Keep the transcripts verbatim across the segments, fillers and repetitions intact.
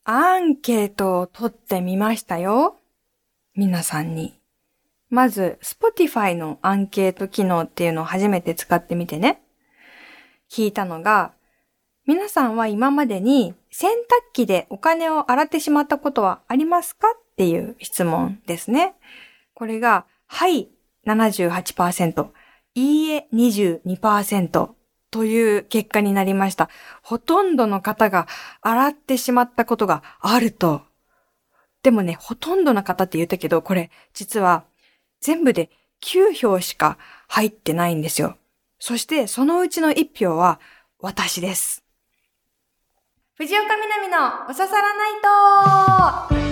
アンケートを取ってみましたよ。皆さんに。まず、Spotify のアンケート機能っていうのを初めて使ってみてね。聞いたのが、皆さんは今までに洗濯機でお金を洗ってしまったことはありますかっていう質問ですね。これが、はい、ななじゅうはちパーセント、いいえ、にじゅうにパーセントという結果になりました。ほとんどの方が洗ってしまったことがあると。でもね、ほとんどの方って言ったけど、これ実は全部できゅう票しか入ってないんですよ。そしてそのうちのいち票は私です。藤岡みなみのおささらナイト。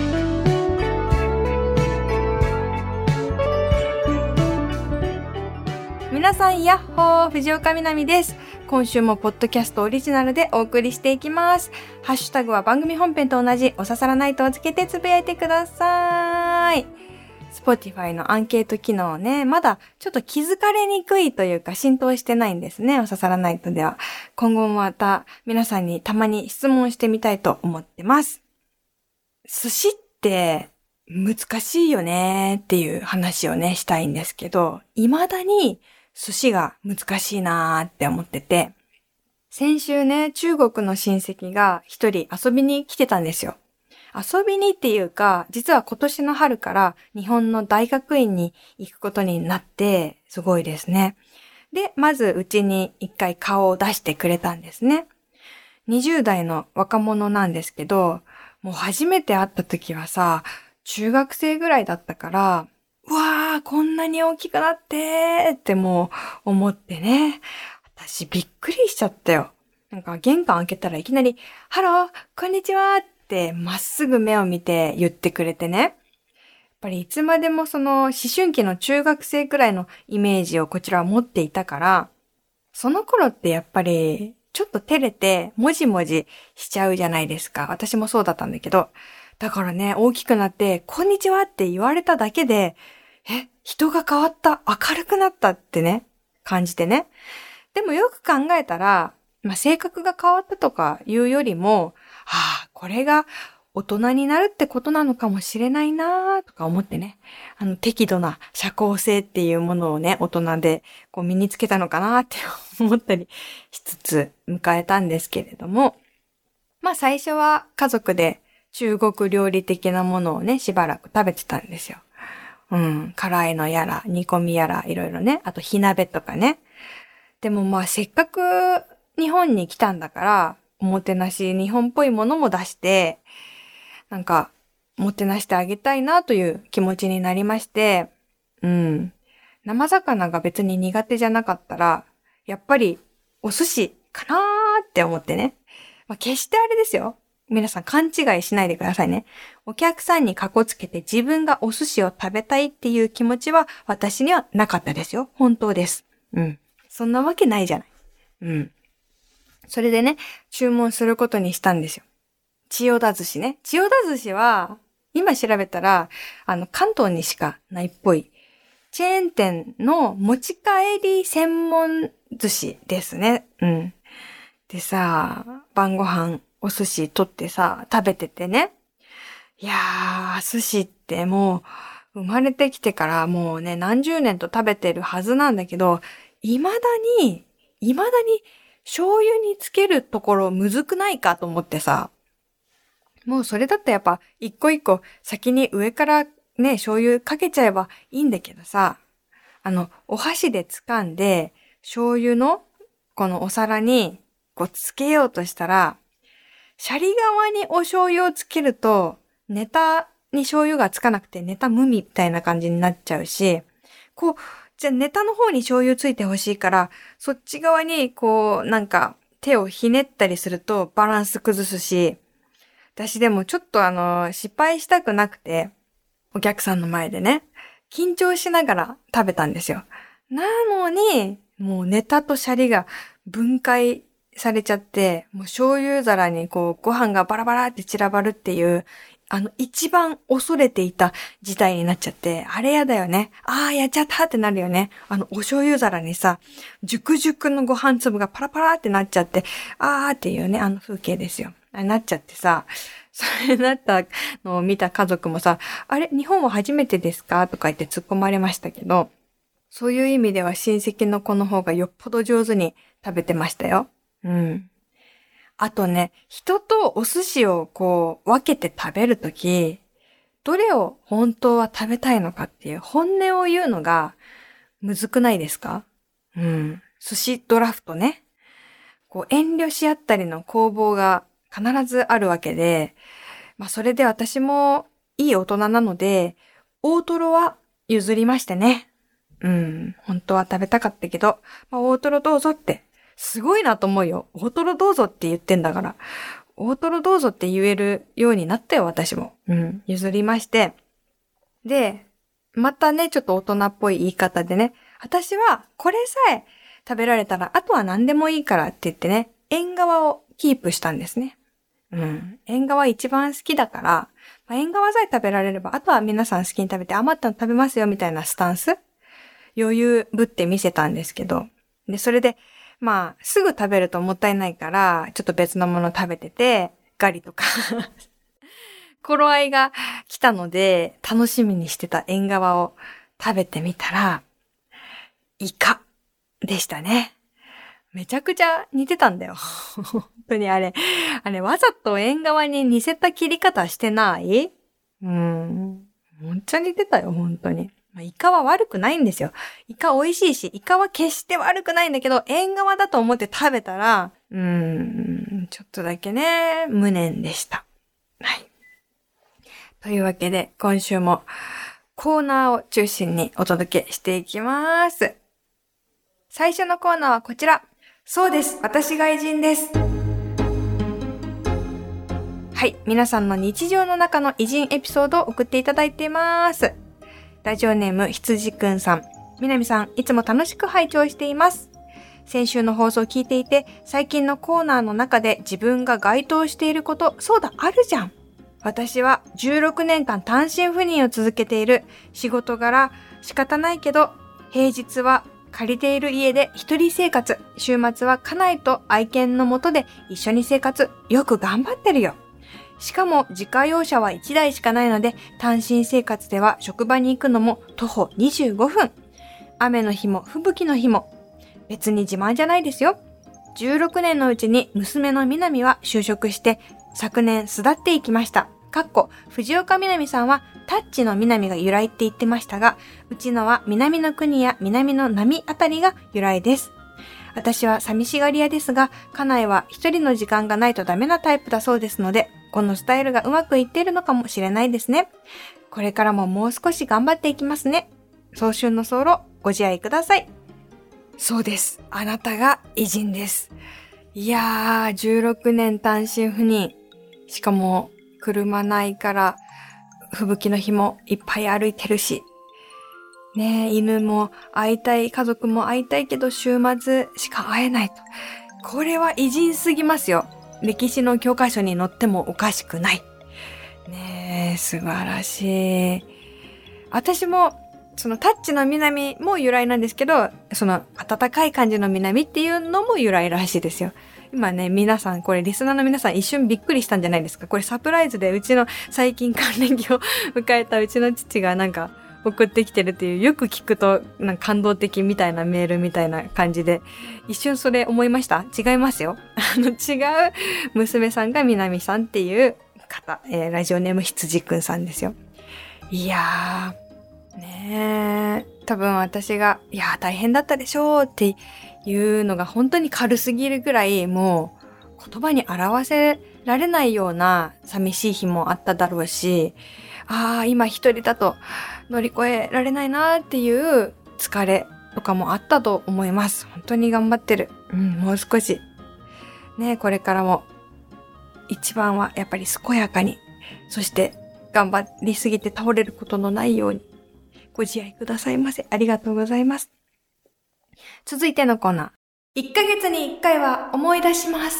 皆さんやっほー、藤岡みなみです。今週もポッドキャストオリジナルでお送りしていきます。ハッシュタグは番組本編と同じおささらナイトをつけてつぶやいてください。Spotify のアンケート機能ね、まだちょっと気づかれにくいというか浸透してないんですね、おささらナイトでは。今後もまた皆さんにたまに質問してみたいと思ってます。寿司って難しいよねっていう話をね、したいんですけど、未だに寿司が難しいなーって思ってて、先週ね、中国の親戚が一人遊びに来てたんですよ。遊びにっていうか、実は今年の春から日本の大学院に行くことになって、すごいですね。で、まずうちに一回顔を出してくれたんですね。にじゅう代の若者なんですけど、もう初めて会った時はさ、中学生ぐらいだったから、うわー、こんなに大きくなってーってもう思ってね。私びっくりしちゃったよ。なんか玄関開けたらいきなり、ハロー、こんにちはってまっすぐ目を見て言ってくれてね。やっぱりいつまでもその思春期の中学生くらいのイメージをこちらは持っていたから、その頃ってやっぱりちょっと照れてもじもじしちゃうじゃないですか。私もそうだったんだけど。だからね、大きくなって、こんにちはって言われただけで、え、人が変わった、明るくなったってね、感じてね。でもよく考えたら、まあ、性格が変わったとかいうよりも、はあ、これが大人になるってことなのかもしれないなとか思ってね。あの、適度な社交性っていうものをね、大人でこう身につけたのかなって思ったりしつつ迎えたんですけれども、まあ最初は家族で中国料理的なものをね、しばらく食べてたんですよ。うん、辛いのやら、煮込みやら、いろいろね、あと火鍋とかね。でもまあせっかく日本に来たんだから、おもてなし、日本っぽいものも出して、なんか、おもてなしてあげたいなという気持ちになりまして、うん。生魚が別に苦手じゃなかったら、やっぱりお寿司かなーって思ってね。まあ、決してあれですよ。皆さん勘違いしないでくださいね。お客さんにかこつけて自分がお寿司を食べたいっていう気持ちは私にはなかったですよ。本当です。うん。そんなわけないじゃない。うん。それでね、注文することにしたんですよ。千代田寿司ね。千代田寿司は、今調べたら、あの、関東にしかないっぽい、チェーン店の持ち帰り専門寿司ですね。うん。でさ、晩ご飯、お寿司取ってさ、食べててね。いやー、寿司ってもう、生まれてきてからもうね、何十年と食べてるはずなんだけど、未だに、未だに醤油につけるところむずくないかと思ってさ、もうそれだったらやっぱ一個一個先に上からね、醤油かけちゃえばいいんだけどさ、あの、お箸で掴んで、醤油のこのお皿にこうつけようとしたら、シャリ側にお醤油をつけると、ネタに醤油がつかなくてネタ無味みたいな感じになっちゃうし、こう、じゃあネタの方に醤油ついてほしいから、そっち側にこう、なんか手をひねったりするとバランス崩すし、私でもちょっとあの、失敗したくなくて、お客さんの前でね、緊張しながら食べたんですよ。なのに、もうネタとシャリが分解されちゃって、もう醤油皿にこうご飯がバラバラって散らばるっていう、あの一番恐れていた事態になっちゃって、あれやだよね。ああ、やっちゃったってなるよね。あのお醤油皿にさ、熟々のご飯粒がパラパラってなっちゃって、あーっていうね、あの風景ですよ。あれなっちゃってさ、 それだったのを見た家族もさ、あれ、日本は初めてですかとか言って突っ込まれましたけど、そういう意味では親戚の子の方がよっぽど上手に食べてましたよ。うん。あとね、人とお寿司をこう分けて食べるとき、どれを本当は食べたいのかっていう本音を言うのがむずくないですか？うん。寿司ドラフトね。こう遠慮し合ったりの攻防が必ずあるわけで、まあそれで私もいい大人なので、大トロは譲りましてね。うん。本当は食べたかったけど、まあ大トロどうぞって、すごいなと思うよ。大トロどうぞって言ってんだから。大トロどうぞって言えるようになったよ、私も。うん。譲りまして。で、またね、ちょっと大人っぽい言い方でね、私はこれさえ食べられたら、あとは何でもいいからって言ってね、縁側をキープしたんですね。うん。縁側一番好きだから、まあ、縁側さえ食べられれば、あとは皆さん好きに食べて余ったの食べますよみたいなスタンス余裕ぶって見せたんですけど。で、それで、まあ、すぐ食べるともったいないから、ちょっと別のもの食べてて、ガリとか。頃合いが来たので、楽しみにしてた縁側を食べてみたら、イカでしたね。めちゃくちゃ似てたんだよ。本当にあれ、あれわざと縁側に似せた切り方してない？うーん。めっちゃ似てたよ、本当に。イカは悪くないんですよ。イカ美味しいし、イカは決して悪くないんだけど、縁側だと思って食べたら、うーん、ちょっとだけね、無念でした。はい。というわけで、今週もコーナーを中心にお届けしていきます。最初のコーナーはこちら。そうです。私が偉人です。はい。皆さんの日常の中の偉人エピソードを送っていただいています。ラジオネーム羊くんさん。みなみさん、いつも楽しく拝聴しています。先週の放送を聞いていて、最近のコーナーの中で自分が該当していること、そうだ、あるじゃん。私はじゅうろくねんかん単身赴任を続けている。仕事柄仕方ないけど、平日は借りている家で一人生活、週末は家内と愛犬の下で一緒に生活、よく頑張ってるよ。しかも自家用車はいちだいしかないので、単身生活では職場に行くのも徒歩にじゅうごふん。雨の日も吹雪の日も。別に自慢じゃないですよ。じゅうろくねんのうちに娘のみなみは就職して昨年巣立っていきました。かっこ藤岡みなみさんはタッチのみなみが由来って言ってましたが、うちのは南の国や南の波あたりが由来です。私は寂しがり屋ですが、家内は一人の時間がないとダメなタイプだそうですので、このスタイルがうまくいっているのかもしれないですね。これからももう少し頑張っていきますね。早春の早漏、ご自愛ください。そうです。あなたが偉人です。いやー、じゅうろくねん単身赴任。しかも、車ないから、吹雪の日もいっぱい歩いてるし。ねえ、犬も会いたい、家族も会いたいけど週末しか会えないと。これは偉人すぎますよ。歴史の教科書に載ってもおかしくない。ねえ、素晴らしい。私も、そのタッチの南も由来なんですけど、その暖かい感じの南っていうのも由来らしいですよ。今ね、皆さん、これリスナーの皆さん一瞬びっくりしたんじゃないですか。これサプライズでうちの最近還暦を迎えたうちの父がなんか送ってきてるっていう、よく聞くとなんか感動的みたいなメールみたいな感じで、一瞬それ思いました？違いますよ。あの違う娘さんが南さんっていう方、えー、ラジオネーム羊くんさんですよ。いやー、ねえ、多分私が、いやー大変だったでしょうっていうのが本当に軽すぎるぐらい、もう言葉に表せられないような寂しい日もあっただろうし、ああ、今一人だと乗り越えられないなーっていう疲れとかもあったと思います。本当に頑張ってる。うん、もう少し。ねえ、これからも一番はやっぱり健やかに、そして頑張りすぎて倒れることのないように、ご自愛くださいませ。ありがとうございます。続いてのコーナー。いっかげつにいっかいは思い出します。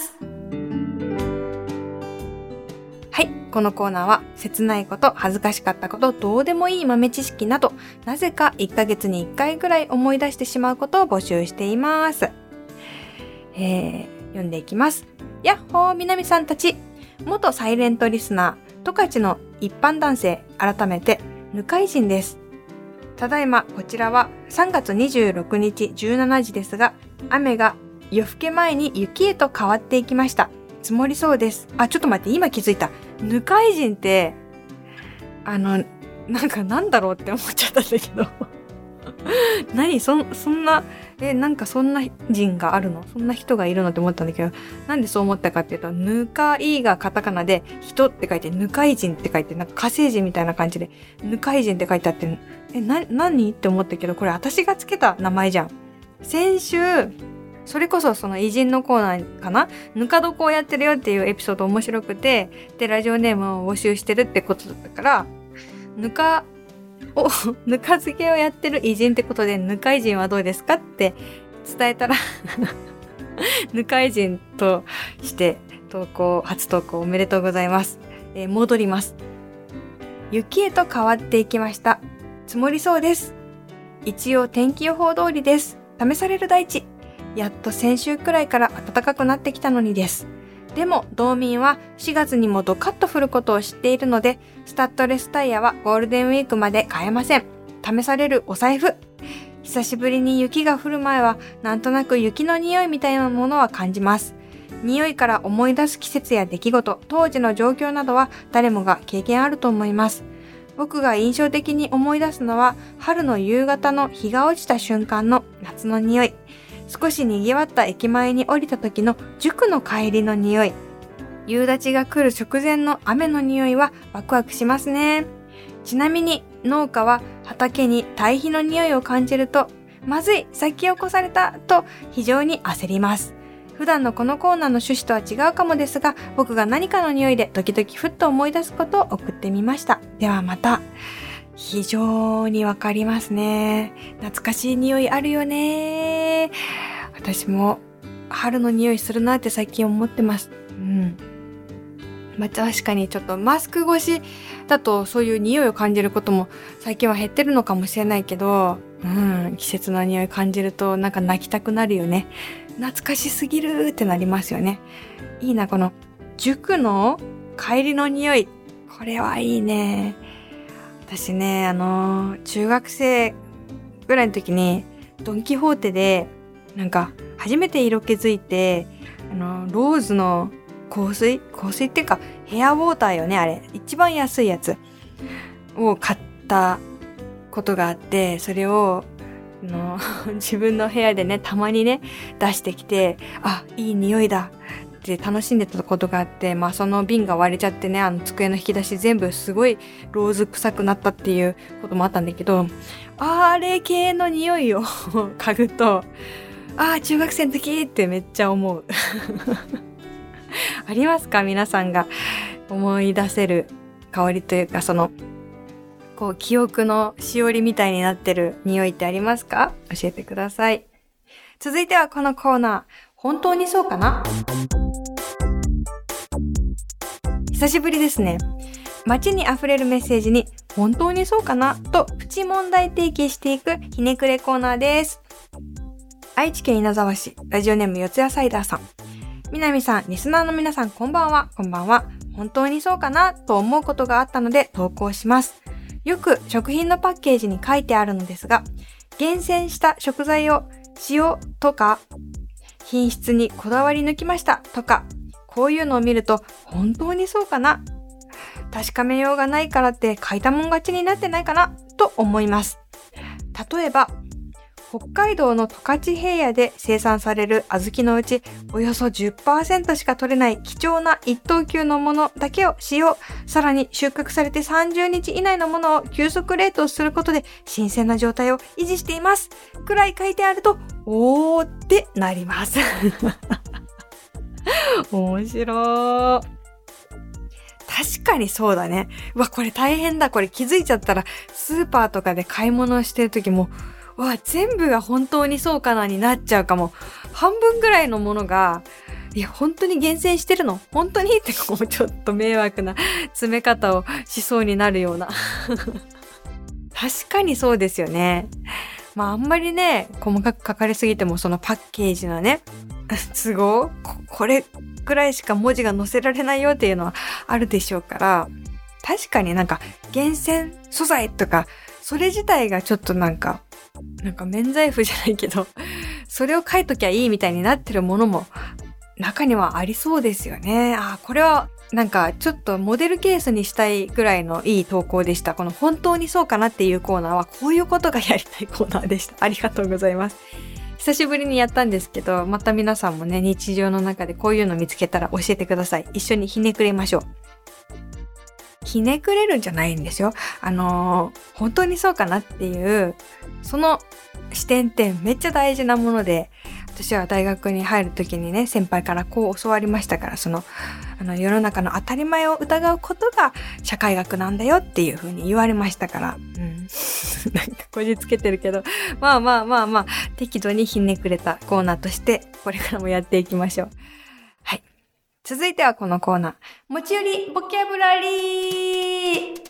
はい。このコーナーは、切ないこと、恥ずかしかったこと、どうでもいい豆知識など、なぜかいっかげつにいっかいぐらい思い出してしまうことを募集しています。えー、読んでいきます。やっほー、みなみさんたち。 元サイレントリスナー、十勝の一般男性、改めて、ぬかい人です。ただいま、こちらはさんがつにじゅうろくにちじゅうしちじですが、雨が夜更け前に雪へと変わっていきました。積もりそうです。あ、ちょっと待って、今気づいた。ぬかい人って、あの、なんかなんだろうって思っちゃったんだけど。何そん、そんな、え、なんかそんな人があるの？そんな人がいるのって思ったんだけど、なんでそう思ったかっていうと、ぬかいがカタカナで、人って書いて、ぬかい人って書いて、なんか火星人みたいな感じで、ぬかい人って書いてあって、え、な、何って思ったけど、これ私がつけた名前じゃん。先週、それこそその偉人のコーナーかな？ぬか床をやってるよっていうエピソード面白くて、で、ラジオネームを募集してるってことだったから、ぬか、お、ぬか漬けをやってる偉人ってことで、ぬかい人はどうですかって伝えたら、ぬかい人として投稿、初投稿おめでとうございます。えー、戻ります。雪へと変わっていきました。積もりそうです。一応天気予報通りです。試される大地。やっと先週くらいから暖かくなってきたのにです。でも道民はしがつにもドカッと降ることを知っているので、スタッドレスタイヤはゴールデンウィークまで買えません。試されるお財布。久しぶりに雪が降る前はなんとなく雪の匂いみたいなものは感じます。匂いから思い出す季節や出来事、当時の状況などは誰もが経験あると思います。僕が印象的に思い出すのは春の夕方の日が落ちた瞬間の夏の匂い。少し賑わった駅前に降りた時の塾の帰りの匂い。夕立が来る直前の雨の匂いはワクワクしますね。ちなみに農家は畑に堆肥の匂いを感じると、まずい、先を越されたと非常に焦ります。普段のこのコーナーの趣旨とは違うかもですが、僕が何かの匂いで時々ふっと思い出すことを送ってみました。ではまた。非常にわかりますね。懐かしい匂いあるよね。私も春の匂いするなって最近思ってます。うん。まあ、確かにちょっとマスク越しだとそういう匂いを感じることも最近は減ってるのかもしれないけど、うん、季節の匂い感じるとなんか泣きたくなるよね。懐かしすぎるってなりますよね。いいな、この塾の帰りの匂い。これはいいね。私ね、あのー、中学生ぐらいの時にドンキホーテでなんか初めて色気づいて、あのー、ローズの香水香水っていうかヘアウォーターよね、あれ。一番安いやつを買ったことがあって、それをあの自分の部屋でね、たまにね、出してきて、あ、いい匂いだって楽しんでたことがあって、まあその瓶が割れちゃってね、あの机の引き出し全部すごいローズ臭くなったっていうこともあったんだけど、あれ系の匂いを嗅ぐと、ああ、中学生の時ってめっちゃ思う。ありますか？皆さんが思い出せる香りというか、その、こう記憶のしおりみたいになってる匂いってありますか？教えてください。続いてはこのコーナー、本当にそうかな？久しぶりですね。街に溢れるメッセージに本当にそうかなとプチ問題提起していくひねくれコーナーです。愛知県稲沢市、ラジオネーム四谷サイダーさん。南さん、リスナーの皆さん、こんばんは。こんばんは。本当にそうかなと思うことがあったので投稿します。よく食品のパッケージに書いてあるのですが、厳選した食材を塩とか品質にこだわり抜きましたとか、こういうのを見ると本当にそうかな、確かめようがないからって書いたもん勝ちになってないかなと思います。例えば北海道の十勝平野で生産される小豆のうちおよそ じゅっパーセント しか取れない貴重な一等級のものだけを使用、さらに収穫されてさんじゅうにち以内のものを急速冷凍することで新鮮な状態を維持していますくらい書いてあるとおーってなります。面白い。確かにそうだね。うわ、これ大変だ。これ気づいちゃったらスーパーとかで買い物してる時も、うわ、全部が本当にそうかなになっちゃうかも。半分ぐらいのものが、いや、本当に厳選してるの？本当にってこうちょっと迷惑な詰め方をしそうになるような。確かにそうですよね。まああんまりね、細かく書かれすぎてもそのパッケージのね、 都合 こ, これくらいしか文字が載せられないよっていうのはあるでしょうから、確かになんか厳選素材とかそれ自体がちょっとなんかなんか免罪符じゃないけどそれを書いときゃいいみたいになってるものも中にはありそうですよね。あ、これはなんかちょっとモデルケースにしたいぐらいのいい投稿でした。この本当にそうかなっていうコーナーはこういうことがやりたいコーナーでした。ありがとうございます。久しぶりにやったんですけど、また皆さんもね、日常の中でこういうの見つけたら教えてください。一緒にひねくれましょう。ひねくれるんじゃないんですよ。あのー、本当にそうかなっていう、その視点ってめっちゃ大事なもので、私は大学に入る時にね、先輩からこう教わりましたから、その、あの、世の中の当たり前を疑うことが社会学なんだよっていう風に言われましたから、うん。なんかこじつけてるけど、まあまあまあまあ、適度にひねくれたコーナーとして、これからもやっていきましょう。はい。続いてはこのコーナー。持ち寄りボキャブラリー。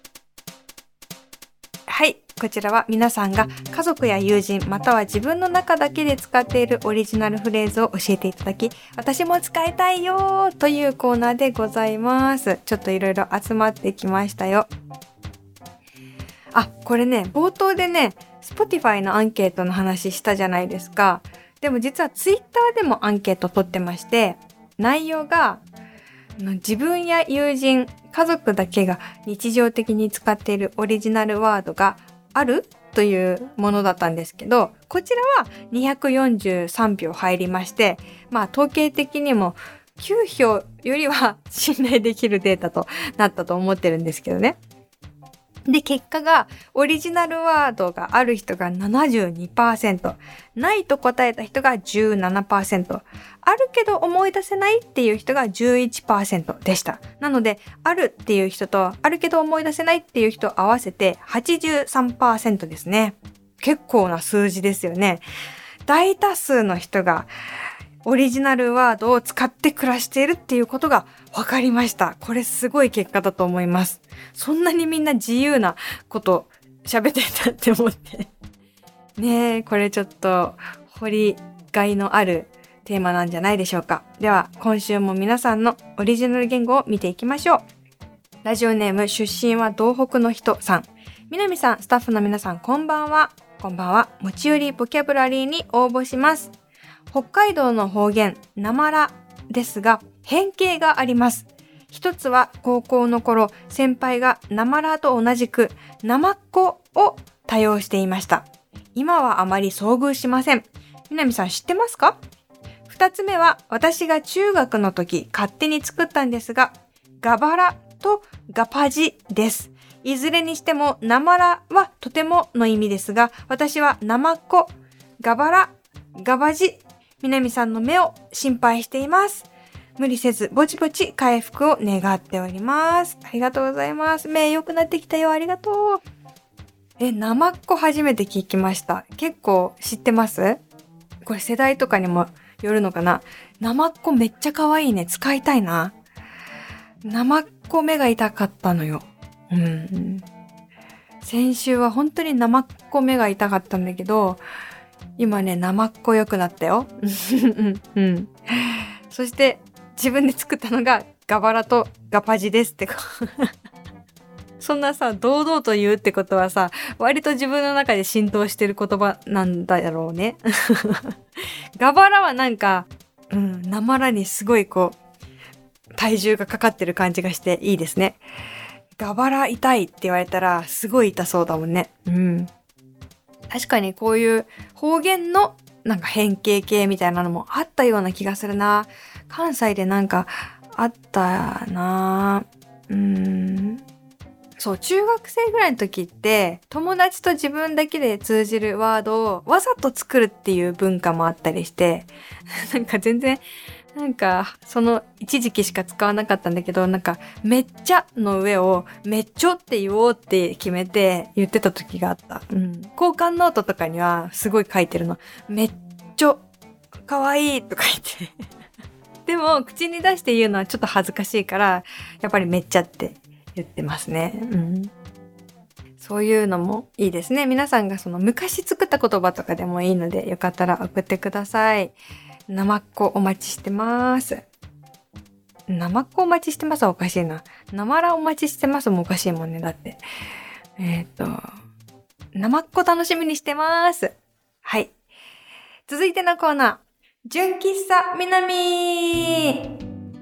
はい。こちらは皆さんが家族や友人または自分の中だけで使っているオリジナルフレーズを教えていただき、私も使いたいよーというコーナーでございます。ちょっといろいろ集まってきましたよ。あ、これね、冒頭でね、Spotify のアンケートの話したじゃないですか。でも実は Twitter でもアンケート取ってまして、内容が自分や友人、家族だけが日常的に使っているオリジナルワードがあるというものだったんですけど、こちらはにひゃくよんじゅうさんひょう入りまして、まあ統計的にもきゅうひょうよりは信頼できるデータとなったと思ってるんですけどね。で、結果が、オリジナルワードがある人が ななじゅうにパーセント、ないと答えた人が じゅうななパーセント、あるけど思い出せないっていう人が じゅういちパーセント でした。なので、あるっていう人と、あるけど思い出せないっていう人合わせて はちじゅうさんパーセント ですね。結構な数字ですよね。大多数の人が、オリジナルワードを使って暮らしているっていうことが分かりました。これすごい結果だと思います。そんなにみんな自由なこと喋ってたって思って。ねえ、これちょっと掘りがいのあるテーマなんじゃないでしょうか。では、今週も皆さんのオリジナル言語を見ていきましょう。ラジオネーム出身は東北の人さん。みなみさん、スタッフの皆さん、こんばんは。こんばんは。持ち寄りボキャブラリーに応募します。北海道の方言、なまらですが、変形があります。一つは高校の頃、先輩がなまらと同じく、なまっこを多用していました。今はあまり遭遇しません。みなみさん知ってますか？二つ目は、私が中学の時、勝手に作ったんですが、ガバラとガパジです。いずれにしても、なまらはとてもの意味ですが、私はなまっこ、ガバラ、ガバジ、みなみさんの目を心配しています。無理せずぼちぼち回復を願っております。ありがとうございます。目良くなってきたよ。ありがとう。え、なまっこ初めて聞きました。結構知ってます？これ世代とかにもよるのかな。なまっこめっちゃ可愛いね。使いたいな。なまっこ目が痛かったのよ。うん。先週は本当になまっこ目が痛かったんだけど、今ね、なまっこよくなったよ。うん。そして、自分で作ったのがガバラとガパジですって。そんなさ、堂々と言うってことはさ、割と自分の中で浸透してる言葉なんだろうね。ガバラはなんか、うん、なまらにすごいこう、体重がかかってる感じがしていいですね。ガバラ痛いって言われたら、すごい痛そうだもんね。うん。確かにこういう方言のなんか変形系みたいなのもあったような気がするな。関西でなんかあったな。うーん。そう、中学生ぐらいの時って友達と自分だけで通じるワードをわざと作るっていう文化もあったりして、なんか全然なんかその一時期しか使わなかったんだけど、なんかめっちゃの上をめっちょって言おうって決めて言ってた時があった。うん。交換ノートとかにはすごい書いてるの。めっちょかわいいとか言って。でも口に出して言うのはちょっと恥ずかしいから、やっぱりめっちゃって言ってますね。うん。そういうのもいいですね。皆さんがその昔作った言葉とかでもいいので、よかったら送ってください。 なまっこお待ちしてます。なまっこお待ちしてますはおかしいな。なまらお待ちしてますもおかしいもんね。だって。えっと、なまっこ楽しみにしてます。はい。続いてのコーナー。純喫茶みなみ。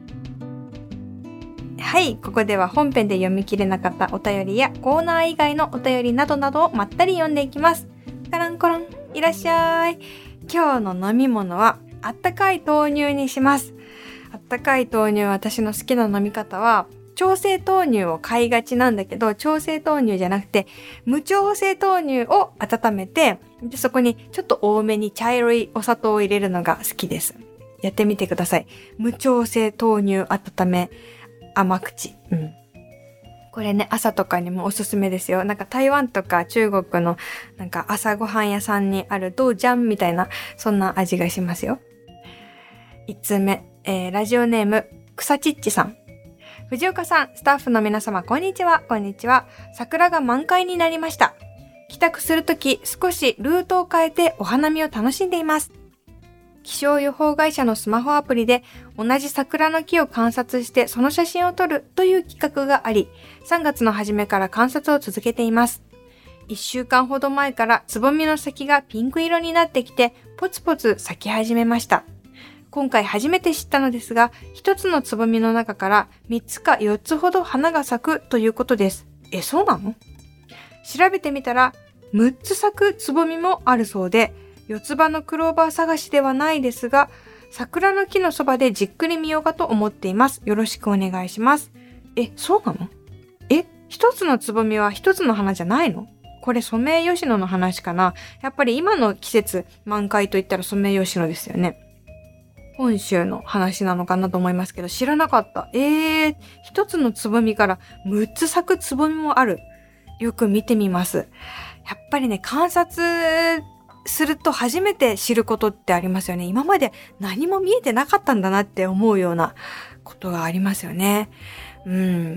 はい。ここでは本編で読み切れなかったお便りやコーナー以外のお便りなどなどをまったり読んでいきます。カランコロン。いらっしゃい。今日の飲み物はあったかい豆乳にします。あったかい豆乳、私の好きな飲み方は、調整豆乳を買いがちなんだけど、調整豆乳じゃなくて、無調整豆乳を温めて、でそこにちょっと多めに茶色いお砂糖を入れるのが好きです。やってみてください。無調整豆乳温め甘口。うん。これね、朝とかにもおすすめですよ。なんか台湾とか中国のなんか朝ごはん屋さんにある豆漿みたいな、そんな味がしますよ。いつつめ。えー、ラジオネーム、くさちっちさん。藤岡さん、スタッフの皆様、こんにちは。こんにちは。桜が満開になりました。帰宅するとき、少しルートを変えてお花見を楽しんでいます。気象予報会社のスマホアプリで同じ桜の木を観察してその写真を撮るという企画があり、さんがつの初めから観察を続けています。いっしゅうかんほど前からつぼみの先がピンク色になってきて、ポツポツ咲き始めました。今回初めて知ったのですが、一つのつぼみの中からみっつかよっつほど花が咲くということです。え、そうなの？調べてみたら、むっつ咲くつぼみもあるそうで、四つ葉のクローバー探しではないですが、桜の木のそばでじっくり見ようかと思っています。よろしくお願いします。え、そうなの？え、一つのつぼみは一つの花じゃないの？これソメイヨシノの話かな？やっぱり今の季節、満開といったらソメイヨシノですよね。本州の話なのかなと思いますけど、知らなかった。えー、一つのつぼみからむっつ咲くつぼみもある。よく見てみます。やっぱりね、観察すると初めて知ることってありますよね。今まで何も見えてなかったんだなって思うようなことがありますよね。うん、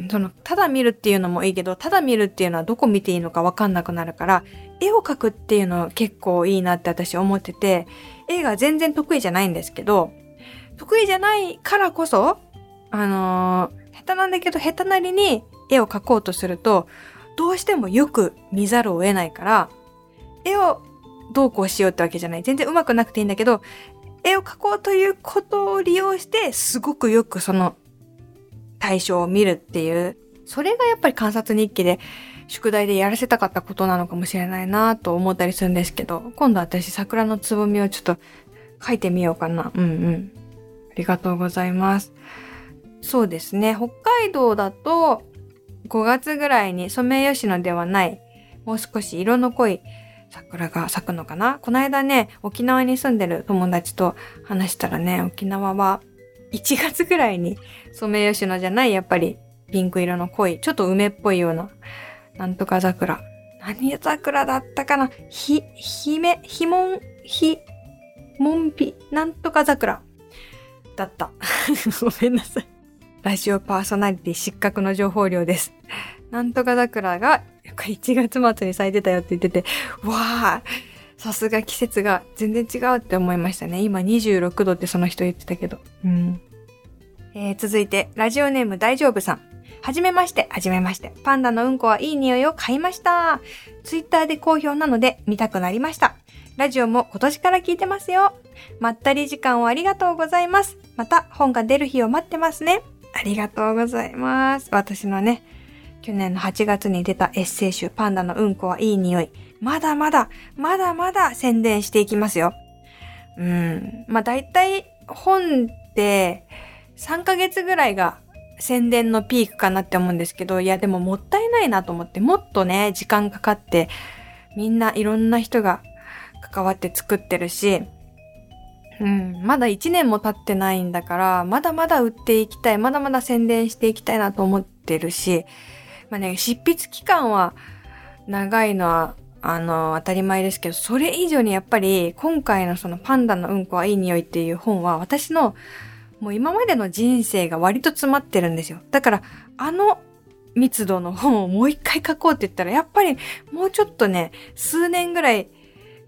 その、ただ見るっていうのもいいけど、ただ見るっていうのはどこ見ていいのかわかんなくなるから、絵を描くっていうの結構いいなって私思ってて、絵が全然得意じゃないんですけど、得意じゃないからこそ、あのー、下手なんだけど下手なりに絵を描こうとすると、どうしてもよく見ざるを得ないから、絵をどうこうしようってわけじゃない。全然上手くなくていいんだけど、絵を描こうということを利用して、すごくよくその対象を見るっていう、それがやっぱり観察日記で、宿題でやらせたかったことなのかもしれないなと思ったりするんですけど、今度私桜のつぼみをちょっと描いてみようかな。うんうん。ありがとうございます。そうですね。北海道だとごがつぐらいにソメイヨシノではない、もう少し色の濃い桜が咲くのかな。この間ね、沖縄に住んでる友達と話したらね、沖縄はいちがつぐらいにソメイヨシノじゃない、やっぱりピンク色の濃い、ちょっと梅っぽいような、なんとか桜。何桜だったかな。ひ、ひめ、ひもん、ひ、もんぴ、なんとか桜。だった。ごめんなさい。ラジオパーソナリティ失格の情報量です。なんとか桜がいちがつ末に咲いてたよって言ってて、わー、さすが季節が全然違うって思いましたね。今にじゅうろくどってその人言ってたけど。うん。えー、続いて、ラジオネーム大丈夫さん。はじめまして、はじめまして。パンダのうんこはいい匂いを買いました。ツイッターで好評なので見たくなりました。ラジオも今年から聞いてますよ。まったり時間をありがとうございます。また本が出る日を待ってますね。ありがとうございます。私のね、去年のはちがつに出たエッセイ集パンダのうんこはいい匂い。まだまだ、まだまだ宣伝していきますよ。うん。まあだいたい本ってさんかげつぐらいが宣伝のピークかなって思うんですけど、いやでももったいないなと思って、もっとね、時間かかって、みんないろんな人が関わって作ってるし、うん、まだいちねんも経ってないんだから、まだまだ売っていきたい、まだまだ宣伝していきたいなと思ってるし、まあね、執筆期間は長いのは、あの、当たり前ですけど、それ以上にやっぱり、今回のそのパンダのうんこはいい匂いっていう本は、私の、もう今までの人生が割と詰まってるんですよ。だから、あの密度の本をもう一回書こうって言ったら、やっぱりもうちょっとね、数年ぐらい、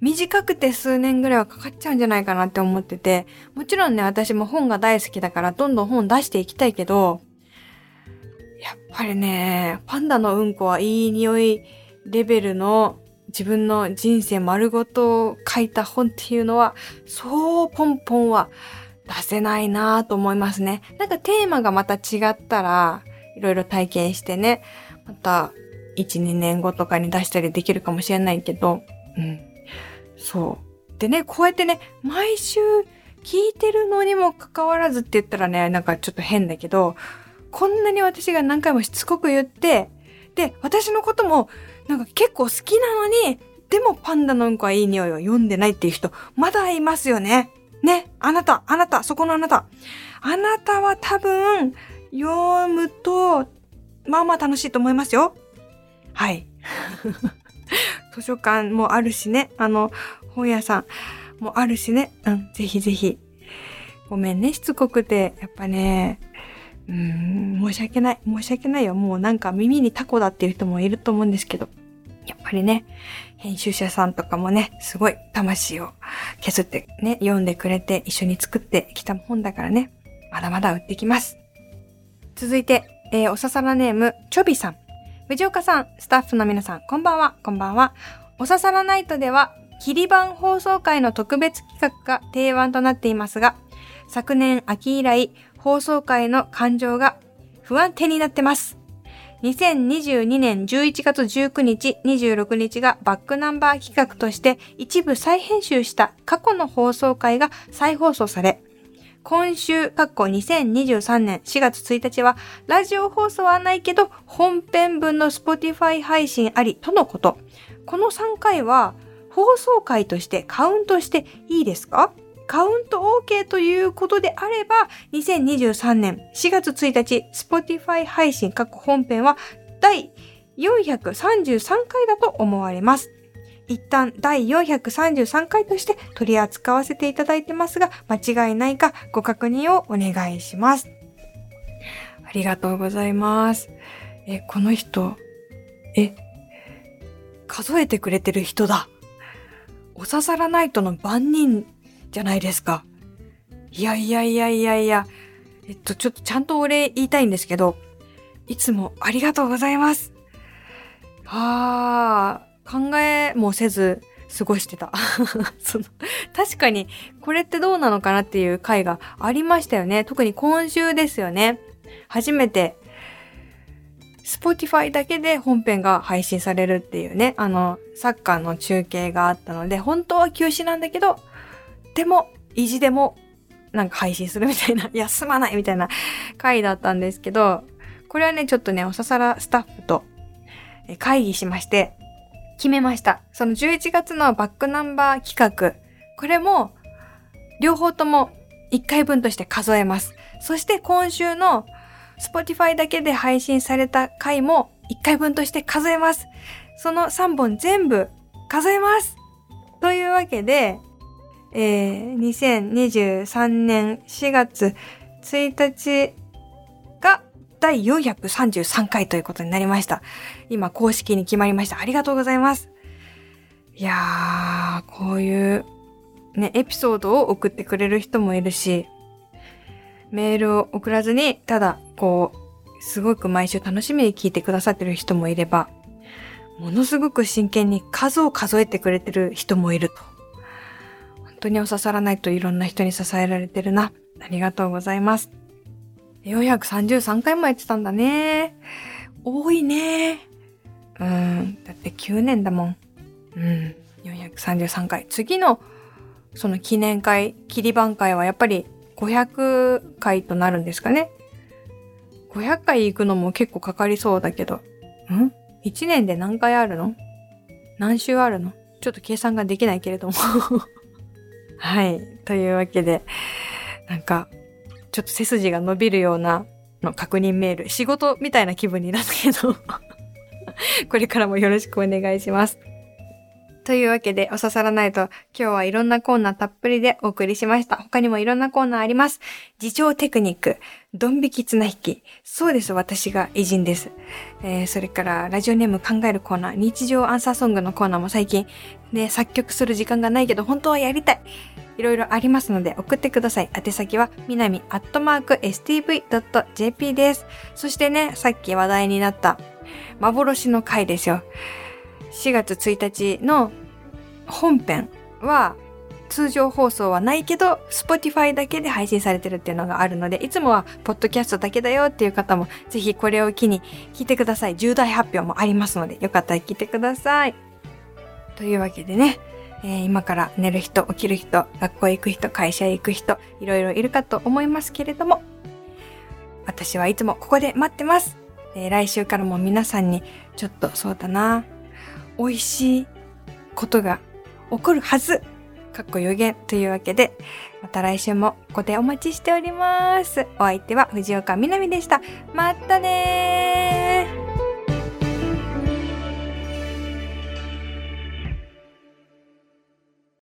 短くて数年ぐらいはかかっちゃうんじゃないかなって思ってて、もちろんね、私も本が大好きだからどんどん本出していきたいけど、やっぱりね、パンダのうんこはいい匂いレベルの自分の人生丸ごと書いた本っていうのは、そうポンポンは出せないなぁと思いますね。なんかテーマがまた違ったら、いろいろ体験してね、またいち、にねんごとかに出したりできるかもしれないけど、うん。そう。でね、こうやってね、毎週聞いてるのにもかかわらずって言ったらね、なんかちょっと変だけど、こんなに私が何回もしつこく言って、で、私のこともなんか結構好きなのに、でもパンダのうんこはいい匂いを読んでないっていう人、まだいますよね。ね、あなた、あなた、そこのあなた。あなたは多分、読むと、まあまあ楽しいと思いますよ。はい。図書館もあるしね、あの、本屋さんもあるしね、うん、ぜひぜひ。ごめんね、しつこくて。やっぱね、うーん、申し訳ない。申し訳ないよ。もうなんか耳にタコだっていう人もいると思うんですけど。やっぱりね、編集者さんとかもね、すごい魂を削ってね、読んでくれて一緒に作ってきた本だからね、まだまだ売ってきます。続いて、えー、おささらネーム、ちょびさん。藤岡さん、スタッフの皆さん、こんばんは、こんばんは。おささらナイトでは、キリバン放送会の特別企画が定番となっていますが、昨年秋以来、放送会の感情が不安定になってます。にせんにじゅうにねんじゅういちがつじゅうくにち、にじゅうろくにちがバックナンバー企画として一部再編集した過去の放送回が再放送され、今週、かっこにせんにじゅうさんねんしがつついたちは、ラジオ放送はないけど、本編分の Spotify 配信ありとのこと。このさんかいは、放送回としてカウントしていいですか？カウント OK ということであれば、にせんにじゅうさんねんしがつついたち、Spotify 配信過去本編は第よんひゃくさんじゅうさんかいだと思われます。一旦第よんひゃくさんじゅうさんかいとして取り扱わせていただいてますが、間違いないかご確認をお願いします。ありがとうございます。え、この人、え、数えてくれてる人だ。おささらナイトの番人じゃないですか。いやいやいやいやいや。えっと、ちょっとちゃんとお礼言いたいんですけど、いつもありがとうございます。あー、考えもせず過ごしてた。その確かに、これってどうなのかなっていう回がありましたよね。特に今週ですよね。初めて、Spotify だけで本編が配信されるっていうね、あの、サッカーの中継があったので、本当は休止なんだけど、でも、意地でも、なんか配信するみたいな、休まないみたいな回だったんですけど、これはね、ちょっとね、おささらスタッフと会議しまして、決めました。そのじゅういちがつのバックナンバー企画、これも、両方ともいっかいぶんとして数えます。そして今週の Spotify だけで配信された回もいっかいぶんとして数えます。そのさんぼん全部数えます。というわけで、えー、にせんにじゅうさんねんしがつついたちが第よんひゃくさんじゅうさんかいということになりました。今公式に決まりました。ありがとうございます。いやー、こういうね、エピソードを送ってくれる人もいるし、メールを送らずに、ただ、こう、すごく毎週楽しみに聞いてくださってる人もいれば、ものすごく真剣に数を数えてくれてる人もいると。本当にお刺さらないといろんな人に支えられてるな。ありがとうございます。よんひゃくさんじゅうさんかいもやってたんだね。多いね。うん。だってきゅうねんだもん。うん。よんひゃくさんじゅうさんかい。次の、その記念会、切り番会はやっぱりごひゃくかいとなるんですかね。ごひゃっかい行くのも結構かかりそうだけど。ん ?いち 年で何回あるの？何週あるの？ちょっと計算ができないけれども。はい。というわけで、なんか、ちょっと背筋が伸びるようなの確認メール、仕事みたいな気分になったけど、これからもよろしくお願いします。 というわけで、おささらないと、今日はいろんなコーナーたっぷりでお送りしました。他にもいろんなコーナーあります。自重テクニック、ドン引き綱引き。そうです、私が偉人です。えー、それから、ラジオネーム考えるコーナー、日常アンサーソングのコーナーも最近、ね、作曲する時間がないけど、本当はやりたい。いろいろありますので送ってください。宛先はみなみアットマーク エスティーブイドットジェーピー です。そしてね、さっき話題になった幻の回ですよ。しがつついたちの本編は通常放送はないけど Spotify だけで配信されてるっていうのがあるので、いつもはポッドキャストだけだよっていう方もぜひこれを機に聞いてください。重大発表もありますので、よかったら聞いてください。というわけでね、えー、今から寝る人、起きる人、学校へ行く人、会社へ行く人、いろいろいるかと思いますけれども、私はいつもここで待ってます。えー、来週からも皆さんにちょっとそうだな、美味しいことが起こるはず、かっこ予言というわけで、また来週もここでお待ちしております。お相手は藤岡みなみでした。またねー。